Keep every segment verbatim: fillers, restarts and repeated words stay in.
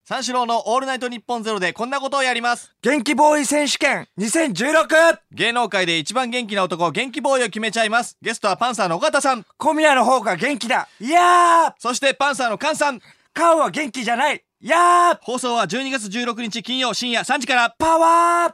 三四郎のオールナイトニッポンゼロでこんなことをやります。 元気ボーイ選手権にせんじゅうろく。 芸能界で一番元気な男、元気ボーイを決めちゃいます。ゲストはパンサーの尾形さん。 小宮の方が元気だ、いやー。 そしてパンサーの菅さん。 菅は元気じゃない、いやー。 放送はじゅうにがつじゅうろくにち金曜深夜さんじから。 パワー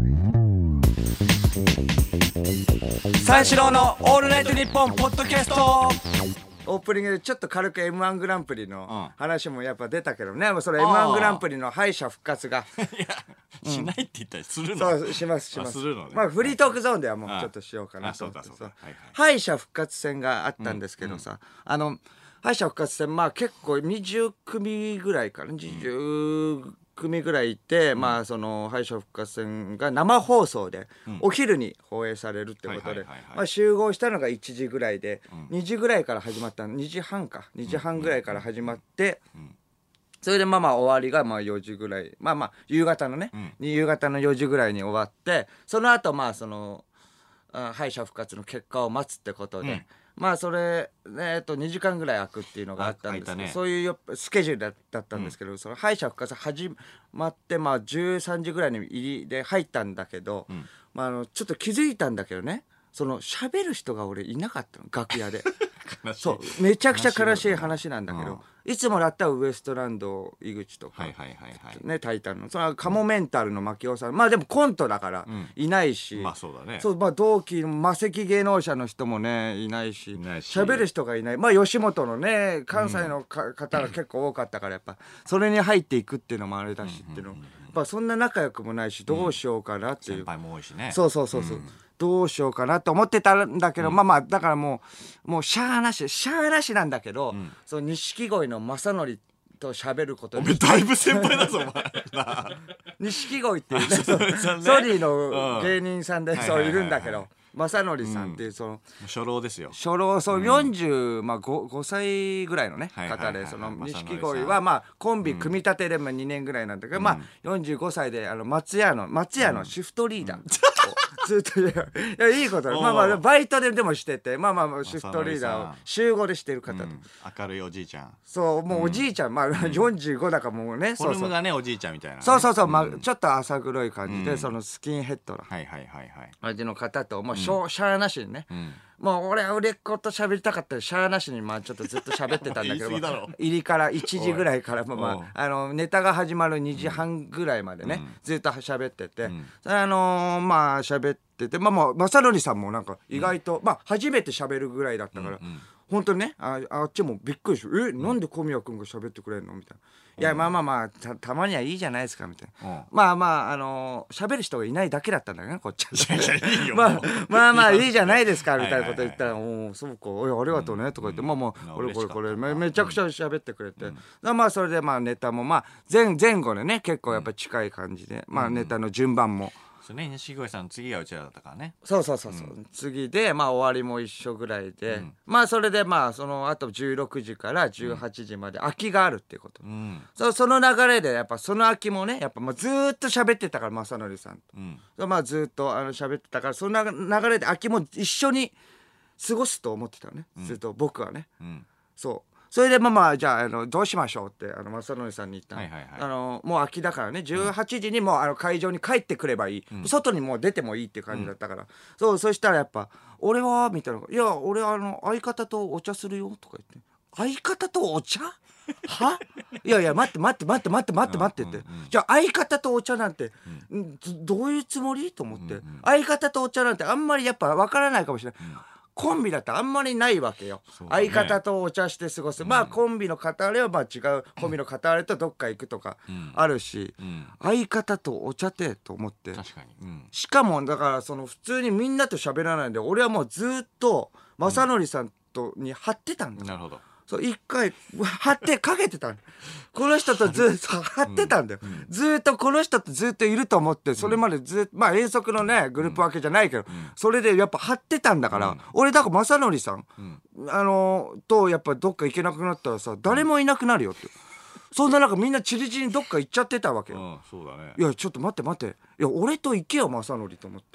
三四郎のオールナイトニッポンポッドキャスト。オープニングでちょっと軽く エムワン グランプリの話もやっぱ出たけどね、うん、それ エムワン グランプリの敗者復活がいやしないって言ったりするの、 そうしますします、 するのね、 まあフリートークゾーンではもうちょっとしようかなと思って、敗者復活戦があったんですけどさ、うんうん、あの敗者復活戦、まあ結構にじゅうくみぐらいかな、にじゅうくみぐらいいて、うん、まあその敗者復活戦が生放送でお昼に放映されるってことで、集合したのがいちじぐらいで、うん、にじぐらいから始まったにじはんかにじはんぐらいから始まって、うんうん、それでまあまあ終わりがまあよじぐらい、まあまあ夕方のね、うん、夕方のよじぐらいに終わって、その後まあその敗者復活の結果を待つってことで、うん、まあそれ、えー、とにじかんぐらい空くっていうのがあったんですけど、ね、そういうスケジュール だ, だったんですけど、うん、その敗者復活始まってまあじゅうさんじぐらいに入りで入ったんだけど、うん、まあ、あのちょっと気づいたんだけどね、その喋る人が俺いなかったの、楽屋でそうめちゃくちゃ悲しい話なんだけど、うん、いつもだったらウエストランド井口とか、はいはいはいはい、ね、タイタンのそのカモメンタルの牧雄さん、うん、まあでもコントだからいないし、うん、まあそうだね、そう、まあ、同期の魔石芸能者の人もねいないし、喋る人がいない、まあ吉本のね関西のか、うん、方が結構多かったから、やっぱそれに入っていくっていうのもあれだしっていうの、うんうんうん、やっぱそんな仲良くもないしどうしようかなっていう、うん、先輩も多いしね、そうそうそうそう、うん、どうしようかなと思ってたんだけど、うん、まあまあだからもうもうしゃーなししゃーなしなんだけど、うん、その錦鯉の正則と喋ることに、 お前だいぶ先輩だぞお前錦鯉っていうねソニーの芸人さんでそういるんだけど、正則さんっていうその初老ですよ、 初老、そうよんじゅうごさいぐらいのね方で、その錦鯉はまあコンビ組み立てでもにねんぐらいなんだけど、まあよんじゅうごさいであの松屋の松屋のシフトリーダーずっといやいやいいことだ、まあまあバイトででもしてて、まあまあシフトリーダーを週ごでしてる方と、 明るいおじいちゃん、 そうもうおじいちゃん、まあよんじゅうごだからもうね、 フォルムがねおじいちゃんみたいな、 そうそうそう、まあちょっと浅黒い感じで、そのスキンヘッドの味の方ともうしゃーなしにね、もう俺は売れっ子と喋りたかったらしゃーなしにまあちょっとずっと喋ってたんだけど入りからいちじぐらいからもまああのネタが始まるにじはんぐらいまでねずっと喋ってて、あのまあ喋ってて、まあまあ正則さんもなんか意外とまあ初めて喋るぐらいだったから本当にね、あ, あっちもびっくりして、え、なんで小宮君が喋ってくれるのみたいな。いや、まあまあまあ た, たまにはいいじゃないですかみたいな。まあまああのー、喋る人がいないだけだったんだよねこっちは。まあまあまあいいじゃないですかみたいなこと言ったら、おおそうか、おいありがとうねとか言って、まあまあこれこれこれ め, めちゃくちゃ喋ってくれて、まあそれでまあネタもまあ 前, 前後でね結構やっぱり近い感じで、まあネタの順番も。 そうね、錦鯉さんの次がうちらだったからね。 そうそうそうそう、うん、次でまあ終わりも一緒ぐらいで、うん、まあそれでまあそのあとじゅうろくじからじゅうはちじまで空きがあるっていうこと、うん、そ, その流れでやっぱその空きもねやっぱまあずーっと喋ってたから正則さんと、うん、まあずっとあの喋ってたからその流れで空きも一緒に過ごすと思ってたのね、うん、ずっと僕はね、うん、そうそれでまあまあじゃあ、あのどうしましょうってあの正則さんに言ったの、はいはいはい、あのもう空きだからねじゅうはちじにもうあの会場に帰ってくればいい、うん、外にもう出てもいいっていう感じだったから、うん、そうそしたらやっぱ俺はみたいな、いや俺あの相方とお茶するよとか言って、相方とお茶はいやいや待って待って待って待って待って待ってって、うんうんうん、じゃあ相方とお茶なんて、うん、どういうつもりと思って、うんうん、相方とお茶なんてあんまりやっぱ分からないかもしれない、うん、コンビだってあんまりないわけよ、ね、相方とお茶して過ごす、うん、まあコンビの片割れはまあ違うコンビの片割れとどっか行くとかあるし、うんうん、相方とお茶ってと思って、確かに、うん、しかもだからその普通にみんなと喋らないんで俺はもうずっと正則さんとに張ってたんだ、うん、なるほど、そう一回張ってかけてたんだこの人とずっと張ってたんだよ、うんうん、ずっとこの人とずっといると思ってそれまでずっとまあ遠足のねグループ分けじゃないけど、うん、それでやっぱ張ってたんだから、うん、俺だから正則さん、うん、あのー、とやっぱどっか行けなくなったらさ誰もいなくなるよって、そんな中みんなチリチリにどっか行っちゃってたわけよ、うん、そうだね、いやちょっと待って待って、いや俺と行けよ正則と思って、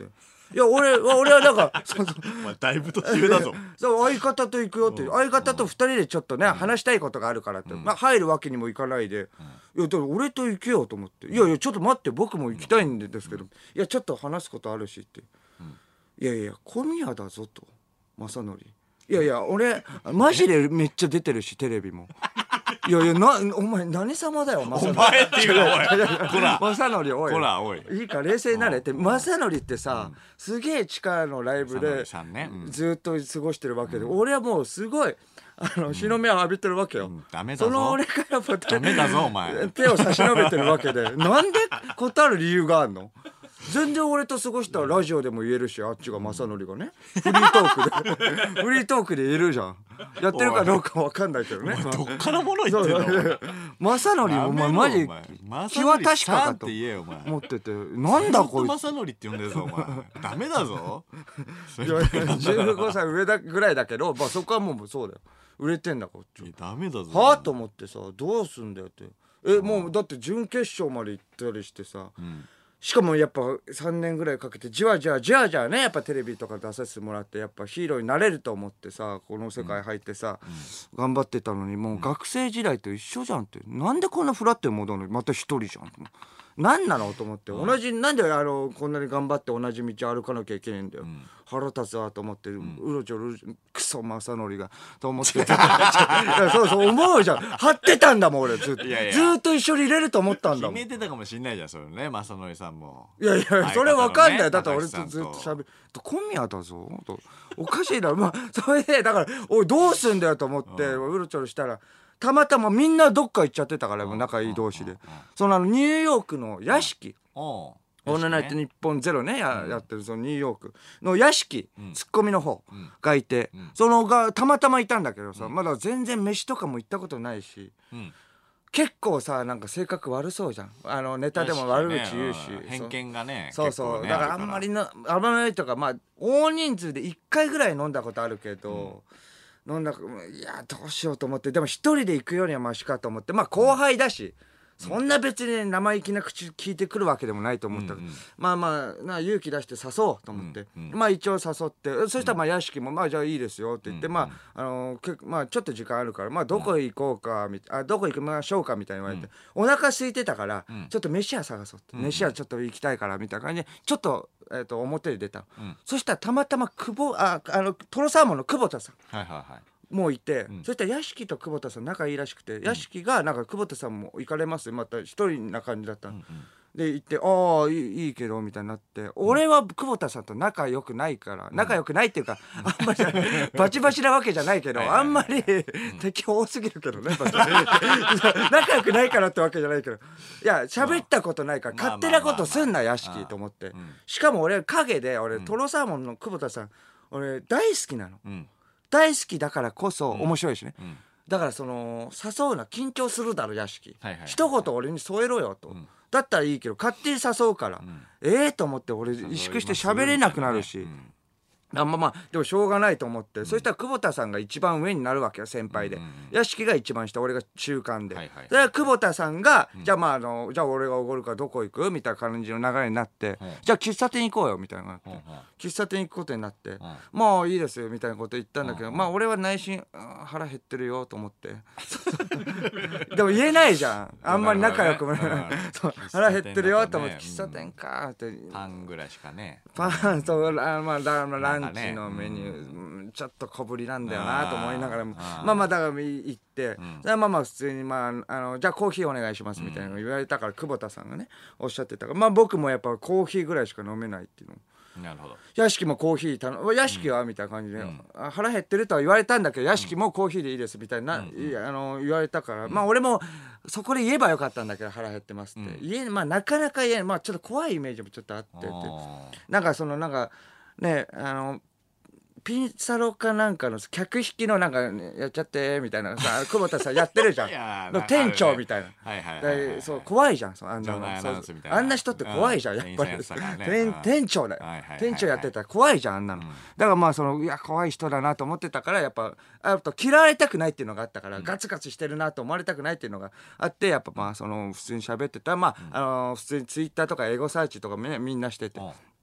いや俺俺はなんかそうそうお前だいぶ年上だぞそう相方と行くよって相方とふたりでちょっとね話したいことがあるからって、まあ、入るわけにもいかないで、いやだから俺と行けよと思って、いやいやちょっと待って僕も行きたいんですけど、いやちょっと話すことあるしって、いやいや小宮だぞと正則、いやいや俺マジでめっちゃ出てるしテレビもいやいやなお前何様だよ正則、 お前っていうのおいこら正則おいこらおいいいか冷静になれって正則ってさ、すげえ地下のライブでずっと過ごしてるわけで、俺はもうすごいあの日の目を浴びてるわけよ、 ダメだぞその俺からやっぱダメだぞお前手を差し伸べてるわけでなんで断る理由があるの？全然俺と過ごしたらラジオでも言えるし、あっちが正則がねフリートークでフリートークで言えるじゃん。やってるかどうか分かんないけどね。 どっからもの言ってんの正則お前マジ気は確かかと思ってて、なんだこいつ正則って呼んでるぞお前ダメだぞじゅうごさい上だぐらいだけど、まあ、そこはもうそうだよ、売れてんだこっちダメだぞはあと思ってさ、どうすんだよって、えもうだって準決勝まで行ったりしてさ、うんしかもやっぱさんねんぐらいかけてじわじわじわじわねやっぱテレビとか出させてもらってやっぱヒーローになれると思ってさこの世界入ってさ、うん、頑張ってたのにもう学生時代と一緒じゃんって、なんでこんなフラッて戻るのまた一人じゃん何なのと思って、同じなんであのこんなに頑張って同じ道歩かなきゃいけないんだよ、うん、腹立つわと思って、うん、うろちょろクソ正則がと思ってそうそう思うじゃん、張ってたんだもん俺ずっといやいやずっと一緒にいれると思ったんだもん。 決めてたかもしんないじゃんそれね正則さんも。 いやいやそれわかんない、だって俺とずっとしゃべ小宮だぞとおかしいなまあそれでだからおいどうすんだよと思ってうろちょろしたらたまたまみんなどっか行っちゃってたから仲いい同士で、そのあのニューヨークの屋敷オールナイトニッポンゼロね や, やってるそのニューヨークの屋敷、うん、ツッコミの方がいて、うん、そのがたまたまいたんだけどさ、うん、まだ全然飯とかも行ったことないし、うん、結構さなんか性格悪そうじゃん、あのネタでも悪口言うし、ね、 偏見がねそうそう、ね、だからあんまりなあんまりとかまあ大人数でいっかいぐらい飲んだことあるけど、うん、飲んだいやどうしようと思って、でも一人で行くよりはマシかと思って、まあ後輩だし、うんそんな別に生意気な口聞いてくるわけでもないと思ったから、うんうん、まあまあな勇気出して誘おうと思って、うんうん、まあ一応誘って、そしたらまあ屋敷もまあじゃあいいですよって言って、うんうん、まああのー、まあちょっと時間あるからまあどこ行こうかみたいな、あどこ行きましょうかみたいに言われて、うん、お腹空いてたから、うん、ちょっと飯屋探そうって、うん、飯屋ちょっと行きたいからみたいな感じでちょっと、えー、と表に出た、うん、そしたらたまたま久保ああのトロサーモンの久保田さん、はいはいはいもういて、うん、そしたら屋敷と久保田さん仲いいらしくて、うん、屋敷がなんか久保田さんも行かれますまた一人な感じだった、うんうん、で行ってああいい、いいけどみたいになって、うん、俺は久保田さんと仲良くないから、うん、仲良くないっていうかあんまりバチバチなわけじゃないけどあんまり、うん、敵多すぎるけどね仲良くないからってわけじゃないけど、いや喋ったことないから、まあ、勝手なことすんな屋敷と思って、うん、しかも俺陰で俺、うん、トロサーモンの久保田さん俺大好きなの、うん大好きだからこそ面白いしね、うん、だからその誘うな緊張するだろ屋敷、はいはいはい、一言俺に添えろよと、うん、だったらいいけど勝手に誘うから、うん、ええー、と思って俺萎縮して喋れなくなるし、あまあまあでもしょうがないと思って、うん、そしたら久保田さんが一番上になるわけよ先輩で、うんうん、屋敷が一番下俺が中間で、はいはい、だから久保田さんが、うん、じゃあまああのじゃあ俺がおごるからどこ行くみたいな感じの流れになって、うん、じゃあ喫茶店行こうよみたいなのがあって、うん、喫茶店行くことになって、うん、まあいいですよみたいなこと言ったんだけど、うん、まあ俺は内心腹減ってるよと思ってでも言えないじゃんあんまり仲良くも、ねうん、腹減ってるよと思って喫茶店かって、うん、 パンぐらいしかねパンとまあランランチのメニュー、うん、ちょっと小ぶりなんだよなと思いながらもまあまあだから行って、うん、まあまあ普通に、まあ、あのじゃあコーヒーお願いしますみたいなの言われたから、うん、久保田さんがねおっしゃってたから、まあ僕もやっぱコーヒーぐらいしか飲めないっていうのなるほど屋敷もコーヒー頼屋敷は、うん、みたいな感じで、うん、腹減ってるとは言われたんだけど屋敷もコーヒーでいいですみたいな、うん、あの言われたから、うん、まあ俺もそこで言えばよかったんだけど腹減ってますって、うん、言えまあなかなか言えない、まあちょっと怖いイメージもちょっとあってってなんかそのなんかねあのピンサロかなんかの客引きのなんか、ね、やっちゃってみたいなさ久保田さんやってるじゃんの店長みたいな、はいはいはいはい、そう怖いじゃんそあんなのあんな人って怖いじゃんやっぱり、ね、店, 店長だよ、はいはいはいはい、店長やってたら怖いじゃんあんなの、うん、だからまあそのいや怖い人だなと思ってたからやっぱあと嫌われたくないっていうのがあったから、うん、ガツガツしてるなと思われたくないっていうのがあってやっぱまあその普通に喋ってたまあ、うん、あの普通にツイッターとかエゴサーチとかみんなしてて、うん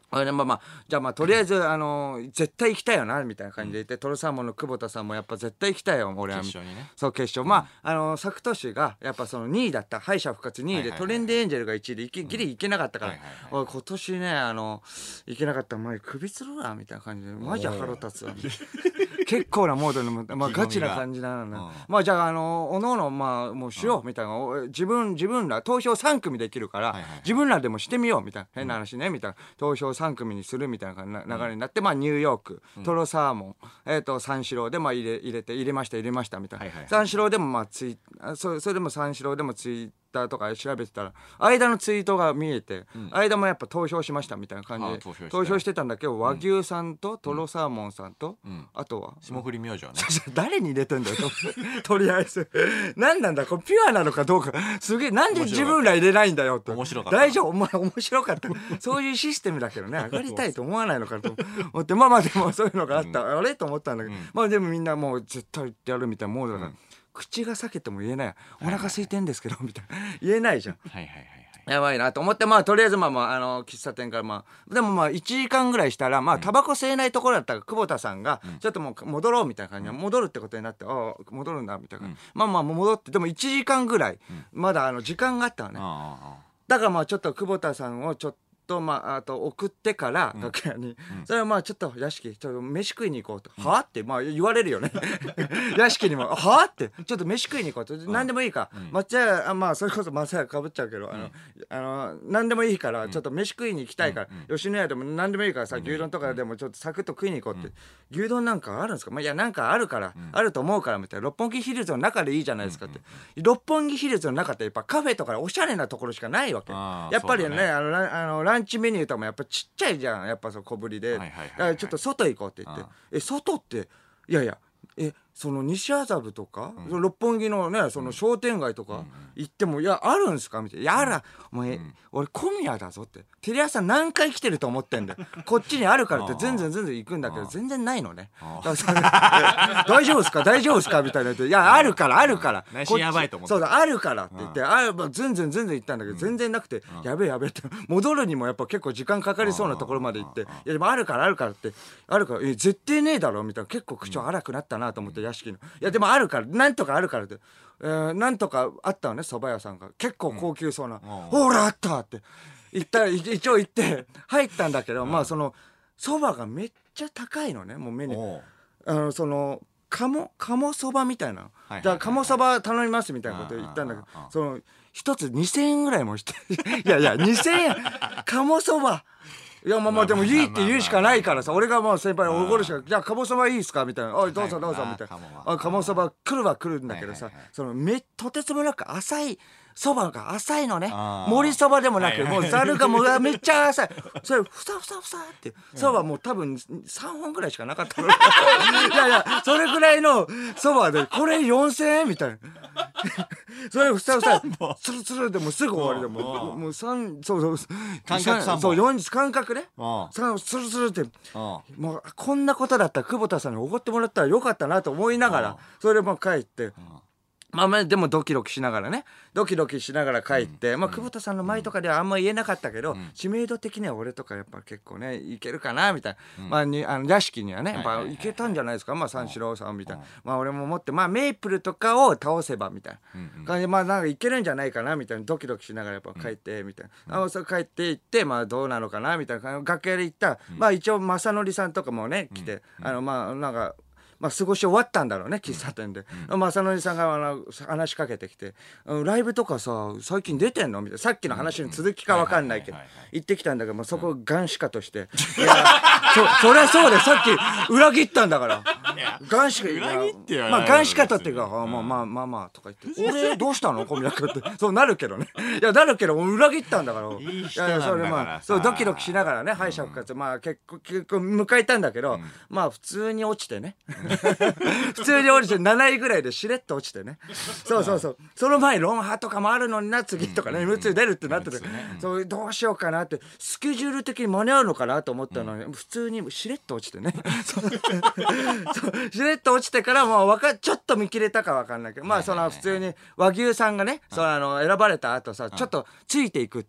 あれまあまあじゃあまあとりあえずあのー絶対行きたいよなみたいな感じで言って、トロサーモンの久保田さんもやっぱ絶対行きたいよ俺は決勝にね。 そう決勝、まああのー作投手がやっぱそのにいだった、敗者復活にいで、 はいはいはいはいトレンディエンジェルがいちいでいけギリ行けなかったから、 はいはいはいおい今年ねあの行けなかったら前首つるわみたいな感じでマジ腹立つわ結構なモードの、まあ、ガチな感じなのね、 うんまあじゃああのおのおのまあもうしようみたいな、お自分自分ら投票さん組できるから、 はいはいはい自分らでもしてみようみたいな、変な話ねみたいな、投票さん組にするみたいなな流れになって、まあニューヨーク、トロサーモン、えー、と三四郎でまあ入れ入れて入れました入れましたみたいな、 はいはいはい三四郎でもまあツイあそそれでも三四郎でもツイッターとか調べてたら間のツイートが見えて、間もやっぱ投票しましたみたいな感じであ投票して投票してたんだけど、和牛さんとトロサーモンさんと、 んあとは霜降り明星ね。 誰に入れてんだよととりあえず何なんだこれピュアなのかどうかすげえ、なんで自分ら入れないんだよって面白かった大丈夫お前面白かったそういうシステムだけどね上がりたいと思わないのかと思ってまあまあでもそういうのがあった、うん、あれと思ったんだけど、うん、まあでもみんなもう絶対言ってやるみたいなもうだから、うん、口が裂けても言えないお腹空いてんですけどみたいな言えないじゃん。 はいはいはいやばいなと思って、まあとりあえずまあまああの喫茶店からまあでもまあいちじかんぐらいしたらまあタバコ吸えないところだったから久保田さんがちょっともう戻ろうみたいな感じで、戻るってことになって、ああ戻るんだみたいな、まあまあ戻ってでもいちじかんぐらいまだあの時間があったのね。だからまあちょっと久保田さんをちょっととまあ、あと送ってから楽屋に、うん、それはまあちょっと屋敷ちょっと飯食いに行こうと、うん、はってまあ言われるよね屋敷にもはってちょっと飯食いに行こうと、うん、何でもいいか、うん、まあじゃあまあそれこそまさやかぶっちゃうけど、うん、あのあの何でもいいからちょっと飯食いに行きたいから、うん、吉野家でも何でもいいからさ、牛丼とかでもちょっとサクッと食いに行こうって、うん、牛丼なんかあるんですか、まあ、いやなんかあるから、うん、あると思うからみたいな、六本木ヒルズの中でいいじゃないですかって、うん、六本木ヒルズの中ってやっぱカフェとかおしゃれなところしかないわけ、やっぱりね、ねあのあのランチメニューとかもやっぱちっちゃいじゃん、やっぱそう小ぶりで、だからちょっと外行こうって言って、え外っていやいやえその西麻布とか、うん、六本木のねその商店街とか行っても、いやあるんですかみたいな、やら、うん、もうえ、うん、俺小宮だぞって、テレ朝何回来てると思ってんだよこっちにあるからって全然全然行くんだけど全然ないのね大丈夫ですか大丈夫ですかみたいな言って、いやあるからあるから内心やばいと思って、 そうだあるからって言って、あまあ全然全然行ったんだけど全然なくて、やべえやべえって戻るにもやっぱ結構時間かかりそうなところまで行って、いやでもあるからあるからってあるからえ絶対ねえだろみたいな、結構口調荒くなったなと思って屋敷の、いやでもあるからなんとかあるからって、えー、なんとかあったのね、蕎麦屋さんが結構高級そうな、うん、ほらあったって言ったら一応行って入ったんだけど、うん、まあその蕎麦がめっちゃ高いのね、もうメニューあのその鴨鴨そばみたいな、はいはいはいはい、じゃあ鴨そば頼みますみたいなこと言ったんだけど、その一つにせんえんぐらいもしていやいやにせんえん鴨そばいやまあまあでもいいって言うしかないからさ、俺がもう先輩におごるしか、じゃあ鴨そばいいっすかみたいな、おいどうぞどうぞみたいな、あ鴨そば来るは来るんだけどさ、そのめとてつもなく浅いそばが浅いのね、盛りそばでもなくもうざるがもうめっちゃ浅い、それふさふさふさってそばもう多分さんほんぐらいしかなかったのいやいやそれぐらいのそばでこれよんせんえんみたいなそれふさふさつるつるでもすぐ終わりでももう三そうそう感覚さんそうよんじゅう感覚ねつるつるってもうこんなことだったら久保田さんにおごってもらったらよかったなと思いながら、それでも帰ってまあまあでもドキドキしながらねドキドキしながら帰って、うん、まあ久保田さんの前とかではあんま言えなかったけど、うん、知名度的には俺とかやっぱ結構ねいけるかなみたいな、うん、まあにあの屋敷にはねやっぱいけたんじゃないですか、まあ三四郎さんみたいな、まあ俺も思ってまあメイプルとかを倒せばみたいな感じで、まあなんかいけるんじゃないかなみたいなドキドキしながらやっぱ帰ってみたいな、うん、あそれ帰って行ってまあどうなのかなみたいな楽屋で行った、うん、まあ一応正則さんとかもね来て、うん、あのまあなんかまあ、過ごし終わったんだろうね喫茶店で、うん、正則さんがあの話しかけてきてライブとかさ最近出てんのみたいな、さっきの話の続きか分かんないけど言ってきたんだけど、まあ、そこガンシカとして、いや そ, そりゃそうでさっき裏切ったんだからガンシカ裏切ってはまあガンシカとっていうか、うん、まあまあまあまあとか言って俺どうしたの小宮君ってそうなるけどねいやなるけど裏切ったんだから、 いい人なんだからさ、いやそれまあそうドキドキしながらね敗者復活、まあ結構結構迎えたんだけど、うん、まあ普通に落ちてね普通に落ちてなないぐらいでしれっと落ちてねそうそうそうその前ロンハーとかもあるのにな次とかね エムツー 出るってなってて、そうどうしようかなってスケジュール的に間に合うのかなと思ったのに、うん、普通にしれっと落ちてねそうしれっと落ちてからもうわかちょっと見切れたか分かんないけど、まあその普通に和牛さんがね、そのあの選ばれた後さちょっとついていくっていう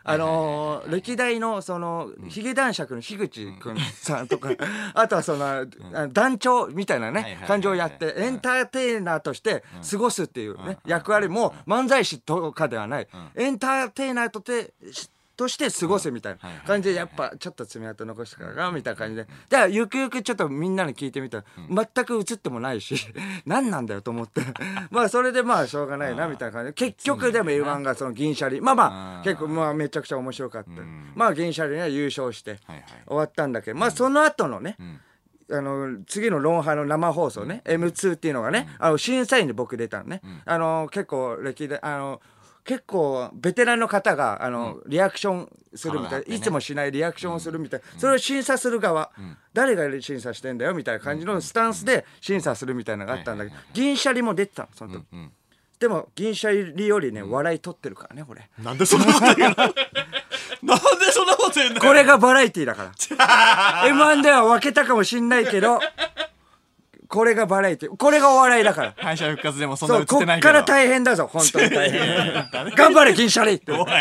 あのー歴代のそのヒゲ男爵の樋口くんさんとか、あとはそのあの団長みたいなね感情をやってエンターテイナーとして過ごすっていうね役割も漫才師とかではないエンターテイナーとてとして過ごすみたいな感じでやっぱちょっと爪痕残してからがみたいな感じで、じゃあゆくゆくちょっとみんなに聞いてみたら全く映ってもないし何なんだよと思ってまあそれでまあしょうがないなみたいな感じで、結局でも エムワン がその銀シャリまあまあ結構まあめちゃくちゃ面白かった、まあ銀シャリには優勝して終わったんだけど、まあその後のねあの次のロンハーの生放送ね エムツー っていうのがね、あの審査員で僕出たのね、あの結構歴代あの結構ベテランの方があの、うん、リアクションするみたいな、ね、いつもしないリアクションをするみたいな、うん、それを審査する側、うん、誰が審査してんだよみたいな感じのスタンスで審査するみたいなのがあったんだけど、銀シャリも出てたのその時、うんうん、でも銀シャリよりね、うん、笑い取ってるからね俺。 なんでそんなこと言うのなんでそんなこと言うんだよ。 これがバラエティーだからエムワン では分けたかもしんないけどこれがバラエティ、これがお笑いだから。 敗者復活でもそんな映ってないけど。 こっから大変だぞ本当に大変頑張れ銀シャリっておい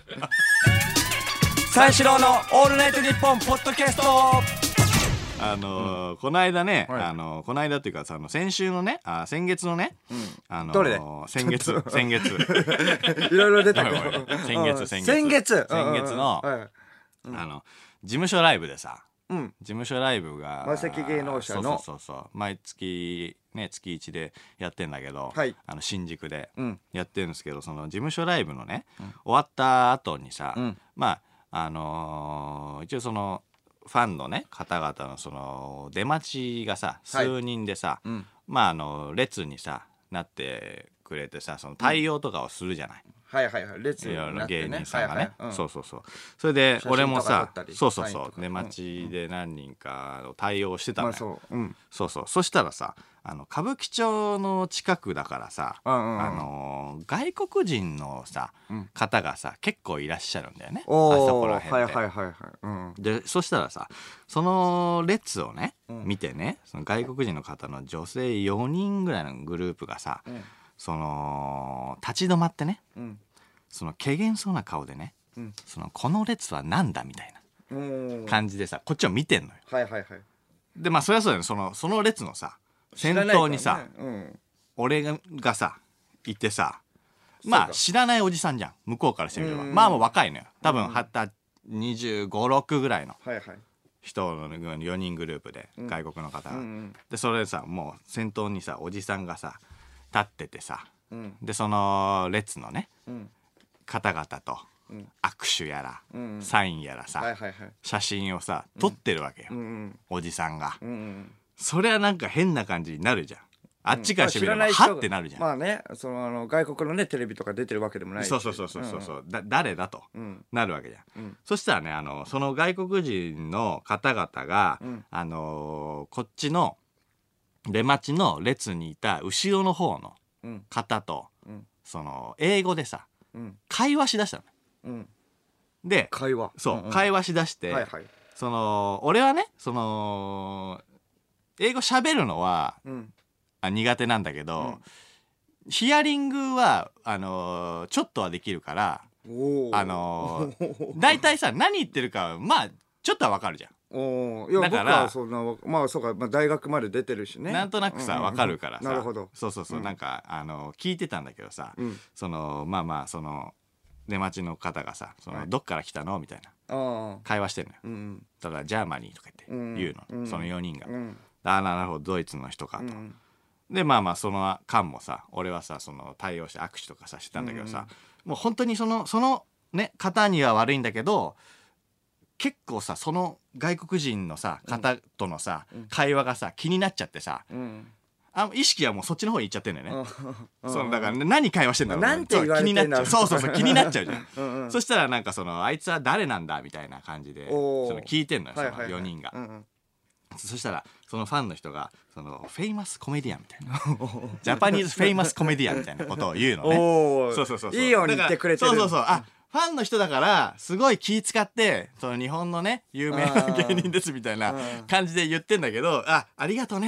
三四郎のオールナイトニッポンポッドキャスト。 あのーうん、この間ね、はい、あのー、この間っていうかさ、あの先週のね、あ先月のね、うん、あのー、 どれで先月先月いろいろ出たけど先月先月先月先月の、うん、あの事務所ライブでさ、うん、事務所ライブがマセキ芸能者のそうそうそう毎月ね月いちでやってんだけど、はい、あの新宿でやってるんですけど、その事務所ライブのね、うん、終わった後にさ、うん、まああのー、一応そのファンのね方々のその出待ちがさ数人でさ、はい、うん、まああの列にさなってくれてさ、その対応とかをするじゃない、うん、 はいはいはい、列になってね、 芸人さんがね、 はいはい、うん、 そうそうそう、それで俺もさそうそうそう出待ちで何人かの対応してたのよ、まあそううん、そうそう、そしたらさあの歌舞伎町の近くだからさ、うんうんうん、あの外国人のさ、うん、方がさ結構いらっしゃるんだよね、あそこら辺で、はいはいはいはい、うん、でそしたらさその列をね、うん、見てね、その外国人の方の女性よにんぐらいのグループがさ、うん、その立ち止まってね、うん、その怪げそうな顔でね、うん、そのこの列はなんだみたいな感じでさこっちを見てんのよ、はいはいはい、でまあそりゃそうだよね、そのその列のさ先頭にさ、ね、うん、俺がさいてさ、まあ知らないおじさんじゃん向こうからしてみれば、まあもう若いのよ多分はたにじゅうご、ろくぐらいの人のよにんグループで、うん、外国の方が、うんうん、でそれでさもう先頭にさおじさんがさ立っててさ、うん、でその列のね、うん、方々と握手やら、うん、サインやらさ、はいはいはい、写真をさ撮ってるわけよ、うんうん、おじさんが、うんうん、そりゃなんか変な感じになるじゃん、あっちからしてみれば、うん、はってなるじゃん、 まあね、そのあの外国のねテレビとか出てるわけでもないし、 そうそうそうそうそう、うん、だ誰だと、うん、なるわけじゃん、うん、そしたらねあのその外国人の方々が、うん、あのー、こっちの出待ちの列にいた後ろの方の方と、うん、その英語でさ、うん、会話しだしたの、うん、で会話そう、うんうん、会話しだして、はいはい、その俺はねその英語喋るのは、うん、あ苦手なんだけど、うん、ヒアリングはあのー、ちょっとはできるからあのー、大体さ何言ってるかまあちょっとは分かるじゃん。 おいやだから僕はそんなまあそうか、まあ、大学まで出てるしねなんとなくさ、うんうん、分かるからさなるほどそうそうそう、うん、なんかあの聞いてたんだけどさ、うん、そのまあまあその出待ちの方がさその、はい、どっから来たのみたいな会話してんのよ、うんうん、だからジャーマニーとか言って言うの、うんうん、そのよにんが、うん、ああなるほどドイツの人かと、うん、でまあまあその間もさ俺はさその対応して握手とかさしてたんだけどさ、うんうん、もう本当にそのそのね方には悪いんだけど結構さその外国人のさ方とのさ、うん、会話がさ気になっちゃってさ、うん、あ意識はもうそっちの方に行っちゃってんだよね、うん、そのだから何会話してんだろうなんて言われてんだろうそうそうそう気になっちゃうじゃんうん、そしたらなんかそのあいつは誰なんだみたいな感じでその聞いてんのよそのよにんが、はいはいはい、そしたらそのファンの人がそのフェイマスコメディアンみたいなジャパニーズフェイマスコメディアンみたいなことを言うのねそうそうそうそういいように言ってくれてるそうそうそうあファンの人だからすごい気使ってその日本のね有名な芸人ですみたいな感じで言ってんだけどあありがとうねと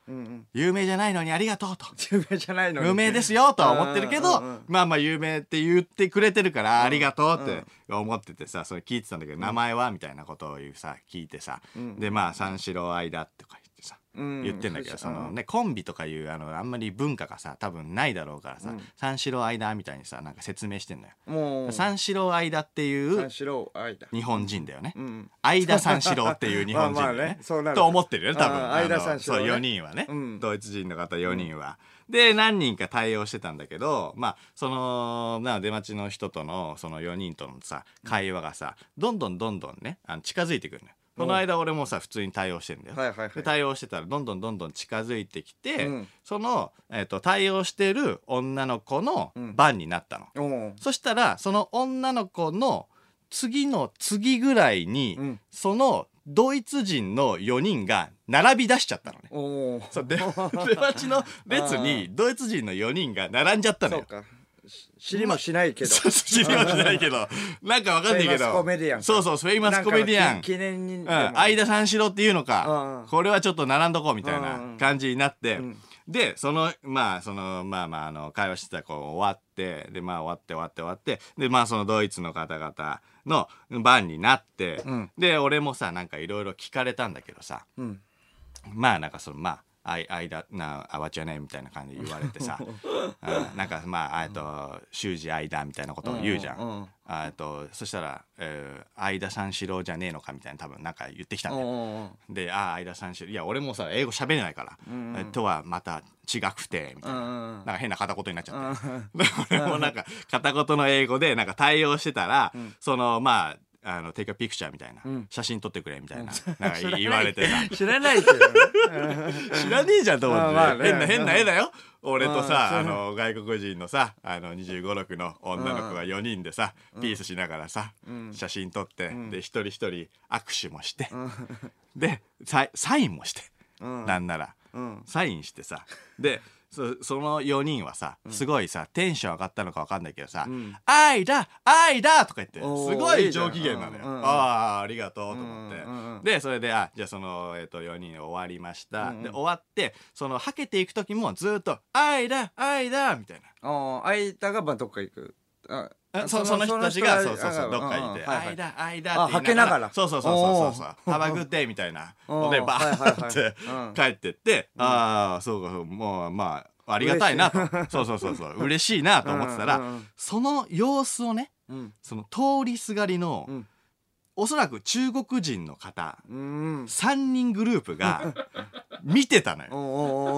うんうん、有名じゃないのにありがとうと有名じゃないのに無名ですよとは思ってるけど、うんうんうん、まあまあ有名って言ってくれてるから、うん、ありがとうって思っててさ、それ聞いてたんだけど、うん、名前はみたいなことを言うさ聞いてさ、うん、でまあ三四郎間とかさ言ってんだけど、うん、そのねコンビとかいうあのあんまり文化がさ多分ないだろうからさ、うん、三四郎間みたいにさなんか説明してんのよ。もう三四郎間っていう日本人だよね、うん、間三四郎っていう日本人だよねまあまあねと思ってるよね多分。間三四郎ね、そうよにんはね、うん、ドイツ人の方よにんは、うん、で何人か対応してたんだけど、まあそのな出待ちの人とのそのよにんとのさ会話がさどんどんどんどんねあの近づいてくるのよ。この間俺もさ普通に対応してんだよ、はいはいはい、で対応してたらどんどんどんどん近づいてきて、うん、その、えーと、対応してる女の子の番になったの、うん、そしたらその女の子の次の次ぐらいに、うん、そのドイツ人のよにんが並び出しちゃったのね。そうで出待ちの列にドイツ人のよにんが並んじゃったのよ。そうか知りもしないけど知りもしないけどなんかわかんないけどフェイマスコメディアンそうそうフェイマスコメディアン記念に、うん、相田三四郎っていうのか、これはちょっと並んどこうみたいな感じになって、でそのまあそのまあまああの会話してた子終わってでまあ終わって終わって終わってでまあそのドイツの方々の番になって、うん、で俺もさなんかいろいろ聞かれたんだけどさ、うん、まあなんかそのまああい、あいだな、あわちゃねみたいな感じで言われてさ、うん、なんかまあ、あと、修二間みたいなことを言うじゃん。うんうん、あと、そしたら、えー、相田三四郎じゃねえのかみたいな多分なんか言ってきたんだよ。うんうん、で、ああ、相田三四郎、いや、俺もさ、英語喋れないから、うんうん、とはまた違くて、みたいな。うんうん、なんか変な片言になっちゃって。うん、俺もなんか、片言の英語でなんか対応してたら、うん、その、まあ、あのテイクアピクチャーみたいな、うん、写真撮ってくれみたいな、うん、なんか言われてさ知らないけど、ね、 知らねえじゃんと思って、まあまあね、変な変な絵だよ俺とさあの外国人のさあのにじゅうご、ろくの女の子がよにんでさ、うん、ピースしながらさ、うん、写真撮って、うん、で一人一人握手もして、うん、でサイ、サインもして、うん、なんなら、うん、サインしてさでそ, そのよにんはさすごいさ、うん、テンション上がったのか分かんないけどさ「うん、愛だ愛だ!」とか言ってすごい上機嫌なのよ。ああありがとうと思って、うんうん、でそれであじゃあその、えー、とよにん終わりました、うんうん、で終わってそのはけていく時もずっと「愛だ愛だ!」みたいな。 ああ愛だがまあどっか行くあそ, その人たちがそうそうそうどっか行って「愛だ愛だ」ってはけながらそうそうそうそうそう「ハバグッデイ」みたいなのでバーって帰ってって「ああそうかそうもうまあありがたいな」とそうそうそうそう嬉しいなと思ってたらその様子をねその通りすがりのおそらく中国人の方さんにんグループが見てたのよ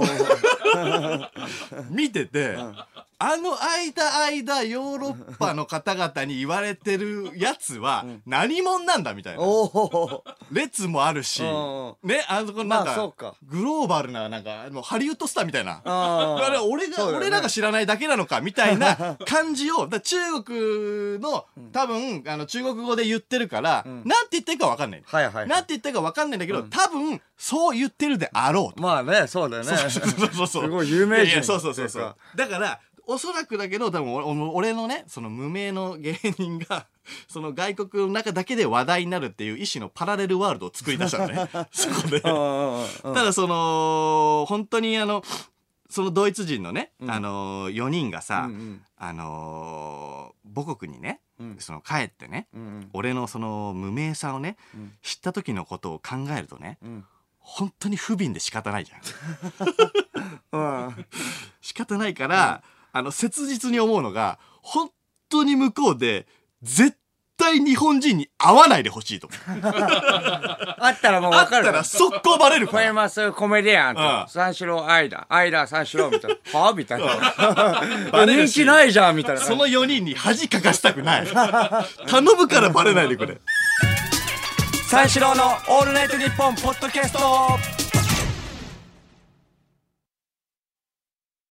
見ててあの間間ヨーロッパの方々に言われてるやつは何者なんだみたいな列もあるしねあそこなんかグローバルななんかもうハリウッドスターみたいなあれ俺が俺らが知らないだけなのかみたいな感じをだ中国の多分あの中国語で言ってるからなんて言ってるか分かんないなんて言ってるか分かんないんだけど多分そう言ってるであろうと。 まあねそうだよねすごい有名人そうそうそうそうだからおそらくだけど多分俺のねその無名の芸人がその外国の中だけで話題になるっていう一種のパラレルワールドを作り出したのねそこでただその本当にあのそのドイツ人のね、うん、あのよにんがさ、うんうん、あの母国にね、うん、その帰ってね、うんうん、俺のその無名さをね、うん、知った時のことを考えるとね、うん本当に不憫で仕方ないじゃん、うん、仕方ないから、うん、あの切実に思うのが本当に向こうで絶対日本人に会わないでほしいと思うあったらもう分かるあったら速攻バレるからフェイマスコメディアンと、うん、三四郎愛だ愛だ三四郎みたいなはぁみたいな、うん、人気ないじゃんみたいなそのよにんに恥かかしたくない頼むからバレないでくれ三四郎のオールナイトニッポンポッドキャスト